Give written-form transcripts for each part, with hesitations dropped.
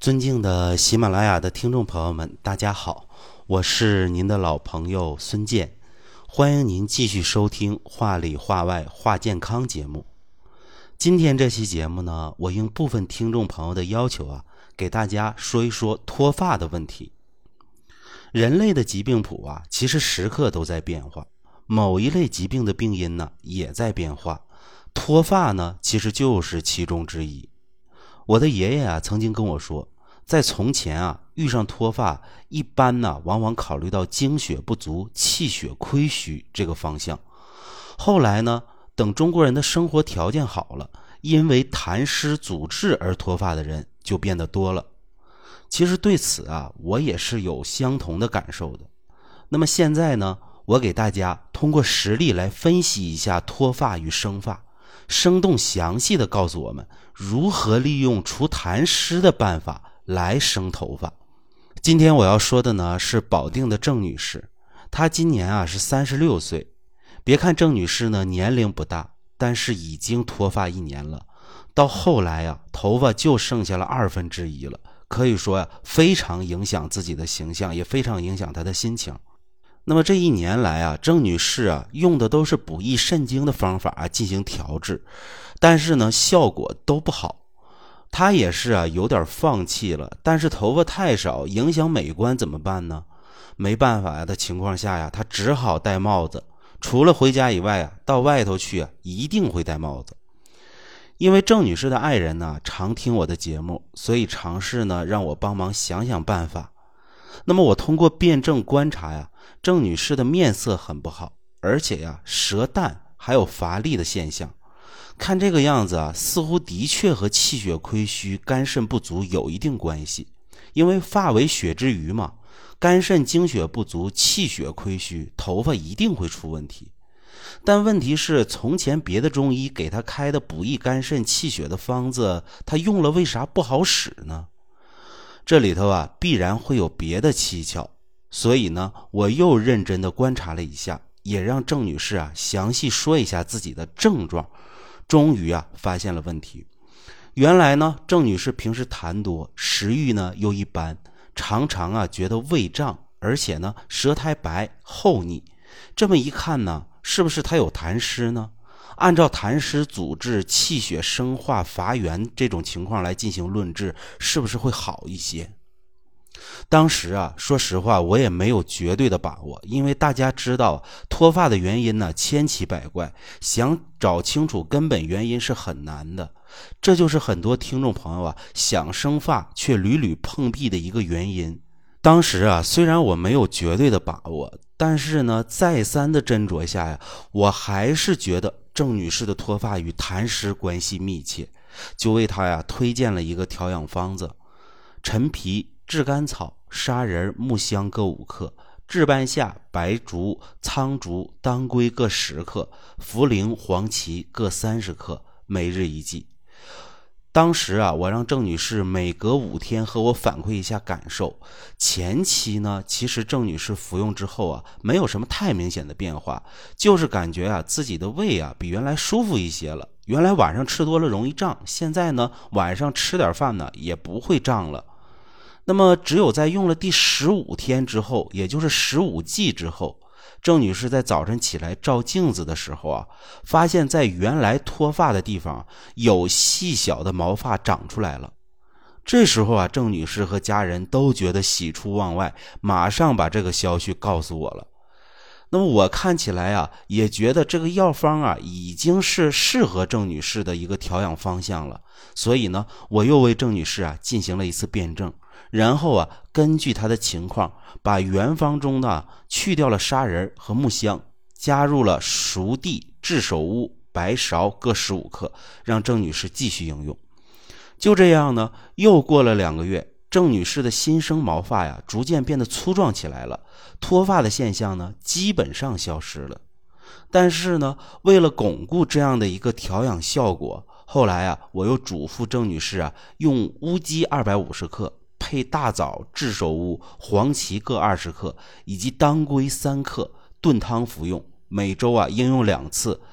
尊敬的喜马拉雅的听众朋友们，大家好，我是您的老朋友孙健，欢迎您继续收听话里话外话健康节目。今天这期节目呢，我应部分听众朋友的要求给大家说一说脱发的问题。人类的疾病谱其实时刻都在变化，某一类疾病的病因呢也在变化，脱发呢其实就是其中之一。我的爷爷曾经跟我说，在从前遇上脱发一般往往考虑到精血不足、气血亏虚这个方向。后来呢，等中国人的生活条件好了，因为痰湿阻滞而脱发的人就变得多了。其实对此我也是有相同的感受的。那么现在呢，我给大家通过实例来分析一下脱发与生发，生动详细的告诉我们如何利用除痰湿的办法来生头发。今天我要说的呢是保定的郑女士，她今年是36岁。别看郑女士呢年龄不大，但是已经脱发1年了，到后来头发就剩下了1/2了，可以说非常影响自己的形象，也非常影响她的心情。那么这1年来郑女士用的都是补益肾精的方法进行调治，但是呢效果都不好。她也是有点放弃了，但是头发太少影响美观怎么办呢？没办法的情况下她只好戴帽子，除了回家以外到外头去一定会戴帽子。因为郑女士的爱人呢常听我的节目，所以尝试呢让我帮忙想想办法。那么我通过辩证观察郑女士的面色很不好，而且舌淡还有乏力的现象。看这个样子似乎的确和气血亏虚、肝肾不足有一定关系。因为发为血之余嘛，肝肾精血不足、气血亏虚，头发一定会出问题。但问题是，从前别的中医给他开的补益肝肾气血的方子，他用了为啥不好使呢？这里头必然会有别的蹊跷。所以呢，我又认真的观察了一下，也让郑女士详细说一下自己的症状，终于发现了问题。原来呢，郑女士平时痰多，食欲呢又一般，常常觉得胃胀，而且呢舌苔白厚腻。这么一看呢，是不是她有痰湿呢？按照痰湿阻滞、气血生化乏源这种情况来进行论治，是不是会好一些？当时说实话我也没有绝对的把握，因为大家知道脱发的原因呢千奇百怪，想找清楚根本原因是很难的。这就是很多听众朋友想生发却屡屡碰壁的一个原因。当时虽然我没有绝对的把握，但是呢再三的斟酌下我还是觉得郑女士的脱发与痰湿关系密切，就为她推荐了一个调养方子：陈皮、炙甘草、砂仁、木香各5克，炙半夏、白术、苍术、当归各10克，茯苓、黄芪各30克，每日1剂。当时我让郑女士每隔5天和我反馈一下感受。前期呢，其实郑女士服用之后没有什么太明显的变化，就是感觉自己的胃比原来舒服一些了。原来晚上吃多了容易胀，现在呢晚上吃点饭呢也不会胀了。那么只有在用了第15天之后，也就是15剂之后，郑女士在早晨起来照镜子的时候发现在原来脱发的地方有细小的毛发长出来了。这时候郑女士和家人都觉得喜出望外，马上把这个消息告诉我了。那么我看起来也觉得这个药方已经是适合郑女士的一个调养方向了，所以呢我又为郑女士进行了一次辩证，然后根据她的情况，把原方中呢去掉了砂仁和木香，加入了熟地、炙首乌、白芍各15克，让郑女士继续应用。就这样呢，又过了2个月，郑女士的新生毛发逐渐变得粗壮起来了，脱发的现象呢基本上消失了。但是呢，为了巩固这样的一个调养效果，后来我又嘱咐郑女士用乌鸡250克配大枣、炙首乌、黄芪各20克以及当归3克炖汤服用，每周应用2次，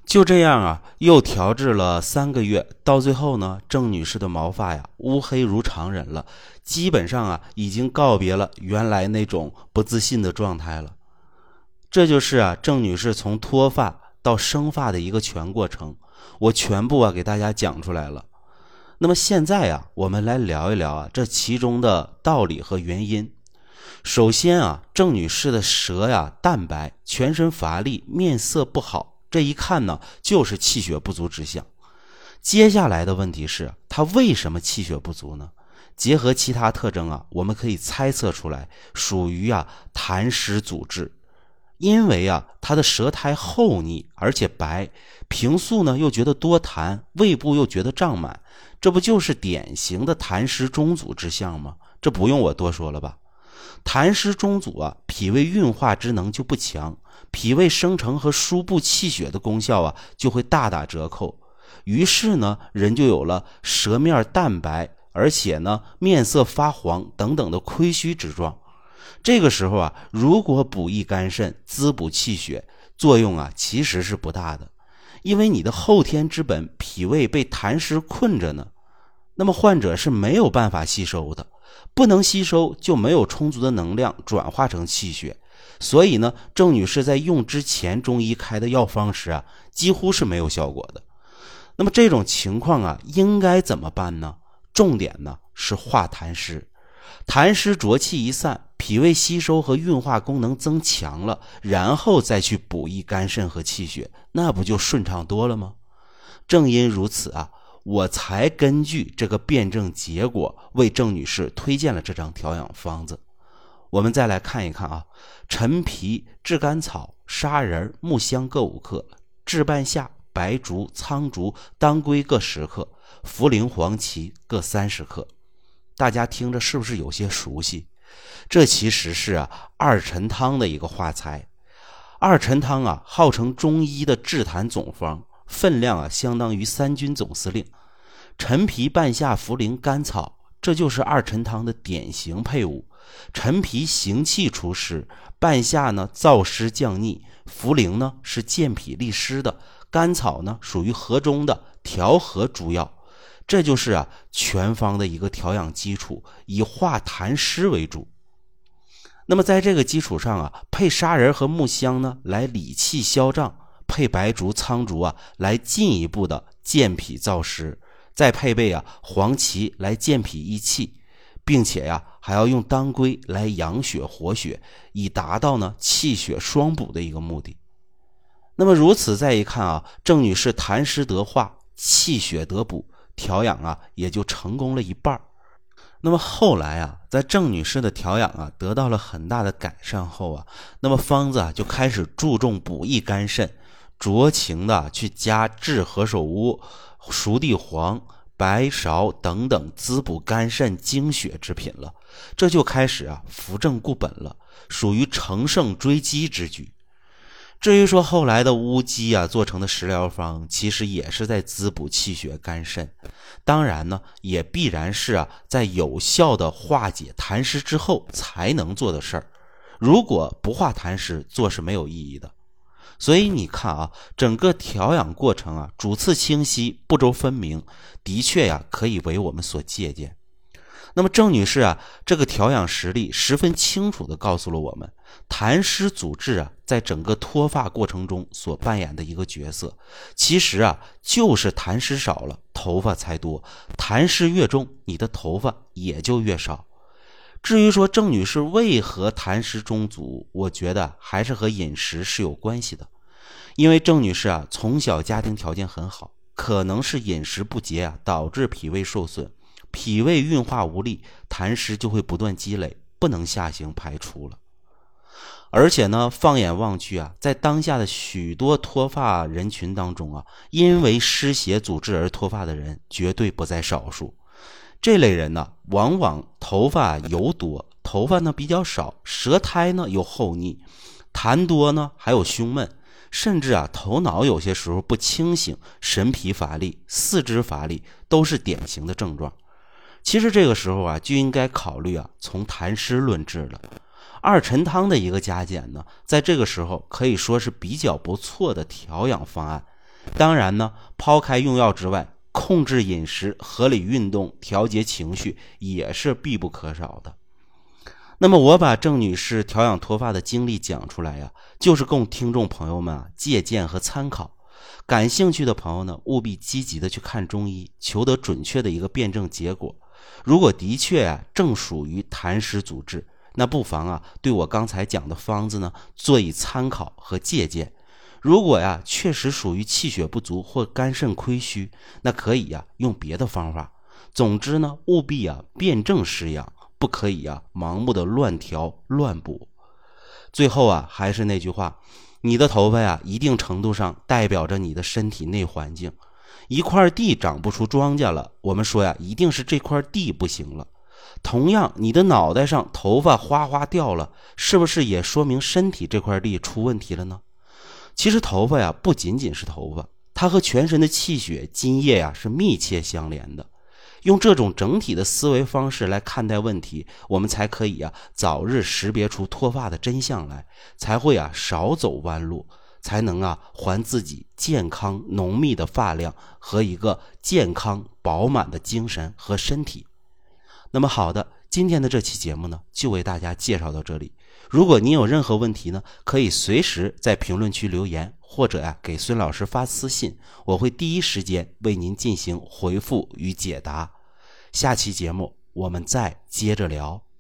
就这样啊，又调治了3个月，到最后呢，郑女士的毛发呀乌黑如常人了，基本上啊已经告别了原来那种不自信的状态了。这就是啊郑女士从脱发到生发的一个全过程，我全部啊给大家讲出来了。那么现在啊，我们来聊一聊啊这其中的道理和原因。首先啊，郑女士的舌呀淡白，全身乏力，面色不好，这一看呢就是气血不足之象。接下来的问题是，她为什么气血不足呢？结合其他特征啊，我们可以猜测出来，属于啊痰湿阻滞。因为啊她的舌苔厚腻而且白，平素呢又觉得多痰，胃部又觉得胀满，这不就是典型的痰湿中阻之象吗？这不用我多说了吧。痰湿中阻啊，脾胃运化之能就不强，脾胃生成和输布气血的功效啊就会大打折扣。于是呢，人就有了舌面淡白，而且呢面色发黄等等的亏虚之状。这个时候啊，如果补益肝肾，滋补气血，作用啊其实是不大的，因为你的后天之本脾胃被痰湿困着呢，那么患者是没有办法吸收的，不能吸收就没有充足的能量转化成气血，所以呢，郑女士在用之前中医开的药方时啊，几乎是没有效果的。那么这种情况啊，应该怎么办呢？重点呢是化痰湿，痰湿浊气一散，脾胃吸收和运化功能增强了，然后再去补益肝肾和气血，那不就顺畅多了吗？正因如此啊，我才根据这个辩证结果为郑女士推荐了这张调养方子。我们再来看一看啊，陈皮、炙甘草、砂仁、木香各5克，炙半夏、白术、苍术、当归各10克，茯苓、黄芪各30克。大家听着是不是有些熟悉？这其实是啊二陈汤的一个化材。二陈汤啊号称中医的治痰总方，分量啊相当于3军总司令。陈皮、半夏、茯苓、甘草，这就是二陈汤的典型配伍。陈皮行气除湿，半夏呢燥湿降逆，茯苓呢是健脾利湿的，甘草呢属于和中的调和诸药。这就是啊全方的一个调养基础，以化痰湿为主。那么在这个基础上啊，配砂仁和木香呢来理气消胀，配白术、苍术啊来进一步的健脾燥湿，再配备啊黄芪来健脾益气，并且呀还要用当归来养血活血，以达到呢气血双补的一个目的。那么如此再一看啊，郑女士痰湿得化，气血得补，调养啊也就成功了一半。那么后来啊，在郑女士的调养啊得到了很大的改善后啊，那么方子啊就开始注重补益肝肾，酌情的去加炙何首乌、熟地黄、白芍等等滋补肝肾精血之品了。这就开始啊扶正固本了，属于乘胜追击之举。至于说后来的乌鸡啊做成的食疗方，其实也是在滋补气血肝肾，当然呢也必然是啊在有效的化解痰湿之后才能做的事儿，如果不化痰湿做是没有意义的。所以你看啊，整个调养过程啊主次清晰，步骤分明，的确呀可以为我们所借鉴。那么郑女士啊，这个调养实例十分清楚地告诉了我们，痰湿阻滞啊，在整个脱发过程中所扮演的一个角色，其实啊，就是痰湿少了，头发才多；痰湿越重，你的头发也就越少。至于说郑女士为何痰湿中阻，我觉得还是和饮食是有关系的。因为郑女士啊，从小家庭条件很好，可能是饮食不节啊，导致脾胃受损。脾胃运化无力，痰湿就会不断积累，不能下行排出了。而且呢，放眼望去啊，在当下的许多脱发人群当中啊，因为湿邪阻滞而脱发的人绝对不在少数。这类人呢，往往头发油多，头发呢比较少，舌苔呢又厚腻，痰多呢还有胸闷，甚至啊头脑有些时候不清醒，神疲乏力，四肢乏力，都是典型的症状。其实这个时候啊，就应该考虑啊，从痰湿论治了。二陈汤的一个加减呢，在这个时候可以说是比较不错的调养方案。 当然呢，抛开用药之外，控制饮食、合理运动、调节情绪也是必不可少的。那么我把郑女士调养脱发的经历讲出来呀，就是供听众朋友们借鉴和参考。感兴趣的朋友呢，务必积极的去看中医，求得准确的一个辩证结果。如果的确正属于痰湿阻滞，那不妨对我刚才讲的方子呢做以参考和借鉴。如果确实属于气血不足或肝肾亏虚，那可以用别的方法。总之呢，务必辩证施养，不可以盲目的乱调乱补。最后还是那句话，你的头发一定程度上代表着你的身体内环境。一块地长不出庄稼了，我们说一定是这块地不行了。同样，你的脑袋上头发哗哗掉了，是不是也说明身体这块地出问题了呢？其实头发不仅仅是头发，它和全身的气血津液是密切相连的。用这种整体的思维方式来看待问题，我们才可以早日识别出脱发的真相来，才会少走弯路，才能还自己健康浓密的发量和一个健康饱满的精神和身体。那么好的，今天的这期节目呢，就为大家介绍到这里。如果您有任何问题呢，可以随时在评论区留言，或者给孙老师发私信，我会第一时间为您进行回复与解答。下期节目我们再接着聊。